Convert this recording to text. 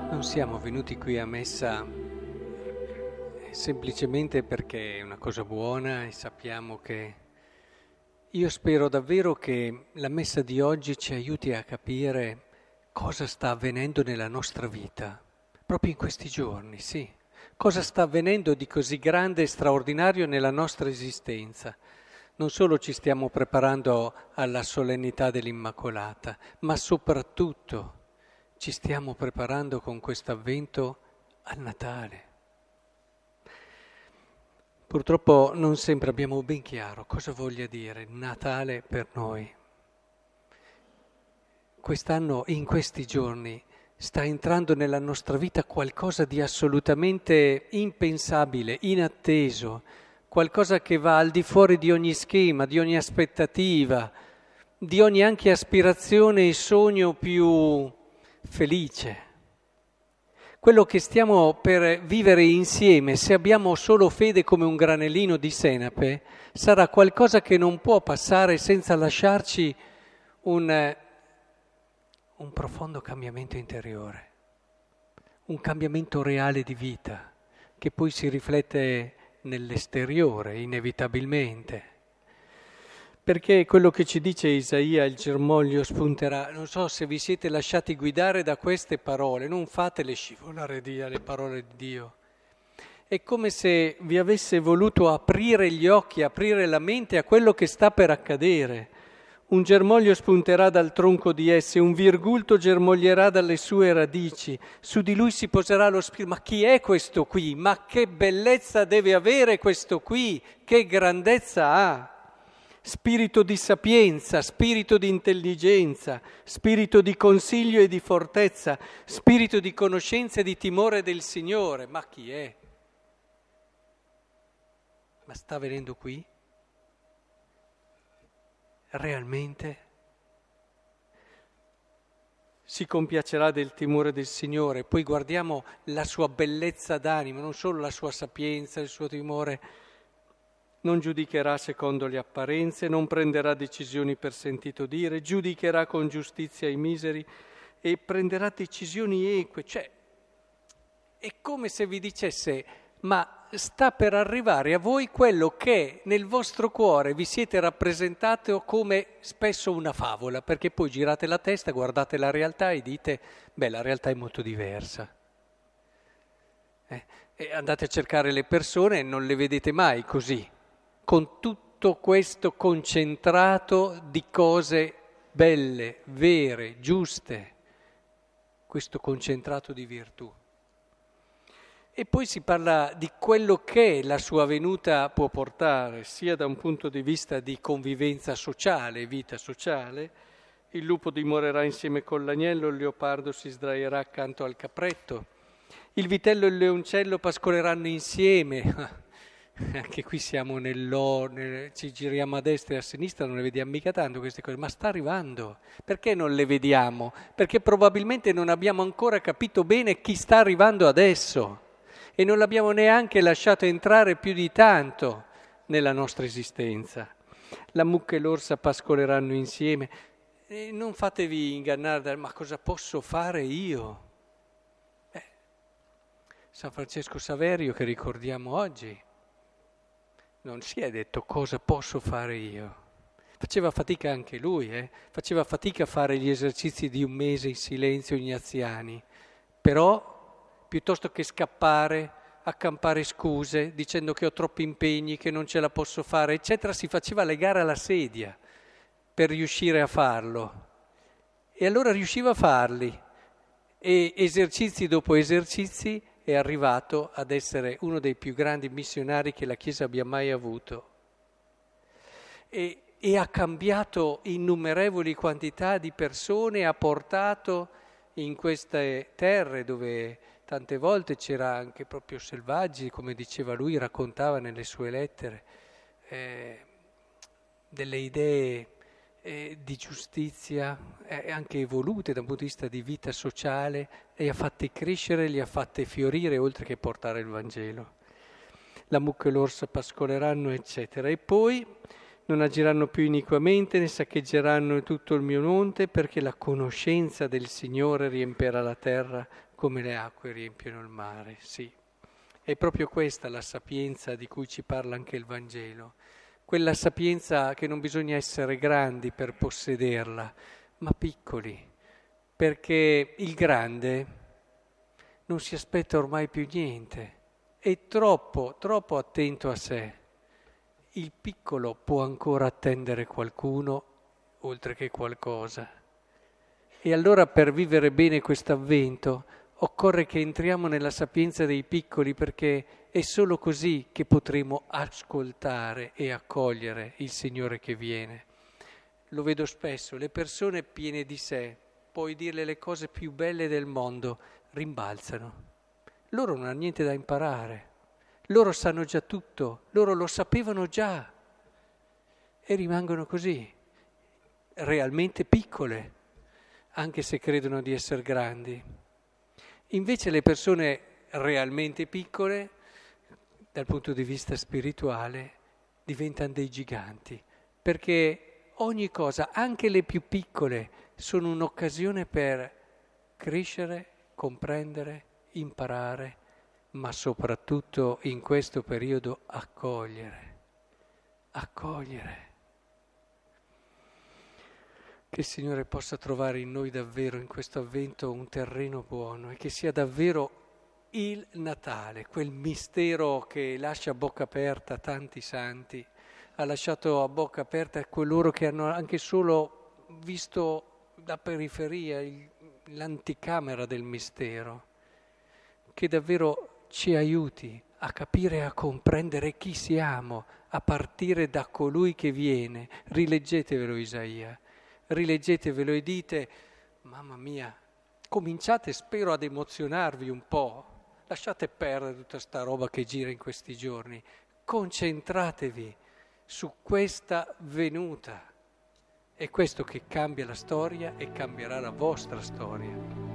Non siamo venuti qui a messa semplicemente perché è una cosa buona e sappiamo che... Io spero davvero che la messa di oggi ci aiuti a capire cosa sta avvenendo nella nostra vita, proprio in questi giorni, sì. Cosa sta avvenendo di così grande e straordinario nella nostra esistenza. Non solo ci stiamo preparando alla solennità dell'Immacolata, ma soprattutto ci stiamo preparando con questo avvento al Natale. Purtroppo non sempre abbiamo ben chiaro cosa voglia dire Natale per noi. Quest'anno, in questi giorni, sta entrando nella nostra vita qualcosa di assolutamente impensabile, inatteso, qualcosa che va al di fuori di ogni schema, di ogni aspettativa, di ogni anche aspirazione e sogno più felice. Quello che stiamo per vivere insieme, se abbiamo solo fede come un granellino di senape, sarà qualcosa che non può passare senza lasciarci un profondo cambiamento interiore, un cambiamento reale di vita, che poi si riflette nell'esteriore, inevitabilmente. Perché quello che ci dice Isaia, il germoglio spunterà, non so se vi siete lasciati guidare da queste parole, non fatele scivolare via le parole di Dio. È come se vi avesse voluto aprire gli occhi, aprire la mente a quello che sta per accadere. Un germoglio spunterà dal tronco di esse, un virgulto germoglierà dalle sue radici, su di lui si poserà lo spirito. Ma chi è questo qui? Ma che bellezza deve avere questo qui? Che grandezza ha? Spirito di sapienza, spirito di intelligenza, spirito di consiglio e di fortezza, spirito di conoscenza e di timore del Signore. Ma chi è? Ma sta venendo qui? Realmente? Si compiacerà del timore del Signore, poi guardiamo la sua bellezza d'animo, non solo la sua sapienza, il suo timore. Non giudicherà secondo le apparenze, non prenderà decisioni per sentito dire, giudicherà con giustizia i miseri e prenderà decisioni eque. Cioè, è come se vi dicesse, ma sta per arrivare a voi quello che nel vostro cuore vi siete rappresentato come spesso una favola, perché poi girate la testa, guardate la realtà e dite, beh, la realtà è molto diversa. E andate a cercare le persone e non le vedete mai così, con tutto questo concentrato di cose belle, vere, giuste, questo concentrato di virtù. E poi si parla di quello che la sua venuta può portare, sia da un punto di vista di convivenza sociale, vita sociale. Il lupo dimorerà insieme con l'agnello, il leopardo si sdraierà accanto al capretto, il vitello e il leoncello pascoleranno insieme. Anche qui siamo ci giriamo a destra e a sinistra, non le vediamo mica tanto queste cose, ma sta arrivando. Perché non le vediamo? Perché probabilmente non abbiamo ancora capito bene chi sta arrivando adesso e non l'abbiamo neanche lasciato entrare più di tanto nella nostra esistenza. La mucca e l'orsa pascoleranno insieme. E non fatevi ingannare ma cosa posso fare io? San Francesco Saverio, che ricordiamo oggi, non si è detto cosa posso fare io. Faceva fatica anche lui, faceva fatica a fare gli esercizi di un mese in silenzio ignaziani, però piuttosto che scappare, accampare scuse, dicendo che ho troppi impegni, che non ce la posso fare, eccetera, si faceva legare alla sedia per riuscire a farlo. E allora riusciva a farli, e esercizi dopo esercizi è arrivato ad essere uno dei più grandi missionari che la Chiesa abbia mai avuto. E ha cambiato innumerevoli quantità di persone, ha portato in queste terre dove tante volte c'era anche proprio selvaggi, come diceva lui, raccontava nelle sue lettere, delle idee di giustizia, anche evolute da un punto di vista di vita sociale, le ha fatte crescere, le ha fatte fiorire, oltre che portare il Vangelo. La mucca e l'orsa pascoleranno, eccetera. E poi non agiranno più iniquamente, né saccheggeranno tutto il mio monte, perché la conoscenza del Signore riempirà la terra come le acque riempiono il mare. Sì, è proprio questa la sapienza di cui ci parla anche il Vangelo. Quella sapienza che non bisogna essere grandi per possederla, ma piccoli, perché il grande non si aspetta ormai più niente, è troppo attento a sé. Il piccolo può ancora attendere qualcuno oltre che qualcosa. E allora per vivere bene questo avvento occorre che entriamo nella sapienza dei piccoli, perché è solo così che potremo ascoltare e accogliere il Signore che viene. Lo vedo spesso, le persone piene di sé, puoi dirle le cose più belle del mondo, rimbalzano. Loro non hanno niente da imparare, loro sanno già tutto, loro lo sapevano già e rimangono così, realmente piccole, anche se credono di essere grandi. Invece le persone realmente piccole, dal punto di vista spirituale, diventano dei giganti, perché ogni cosa, anche le più piccole, sono un'occasione per crescere, comprendere, imparare, ma soprattutto in questo periodo accogliere. Che il Signore possa trovare in noi davvero in questo avvento un terreno buono e che sia davvero il Natale, quel mistero che lascia a bocca aperta tanti santi, ha lasciato a bocca aperta coloro che hanno anche solo visto la periferia, l'anticamera del mistero, che davvero ci aiuti a capire e a comprendere chi siamo, a partire da colui che viene. Rileggetevelo Isaia, rileggetevelo e dite, mamma mia, cominciate spero ad emozionarvi un po', lasciate perdere tutta sta roba che gira in questi giorni, concentratevi su questa venuta. È questo che cambia la storia e cambierà la vostra storia.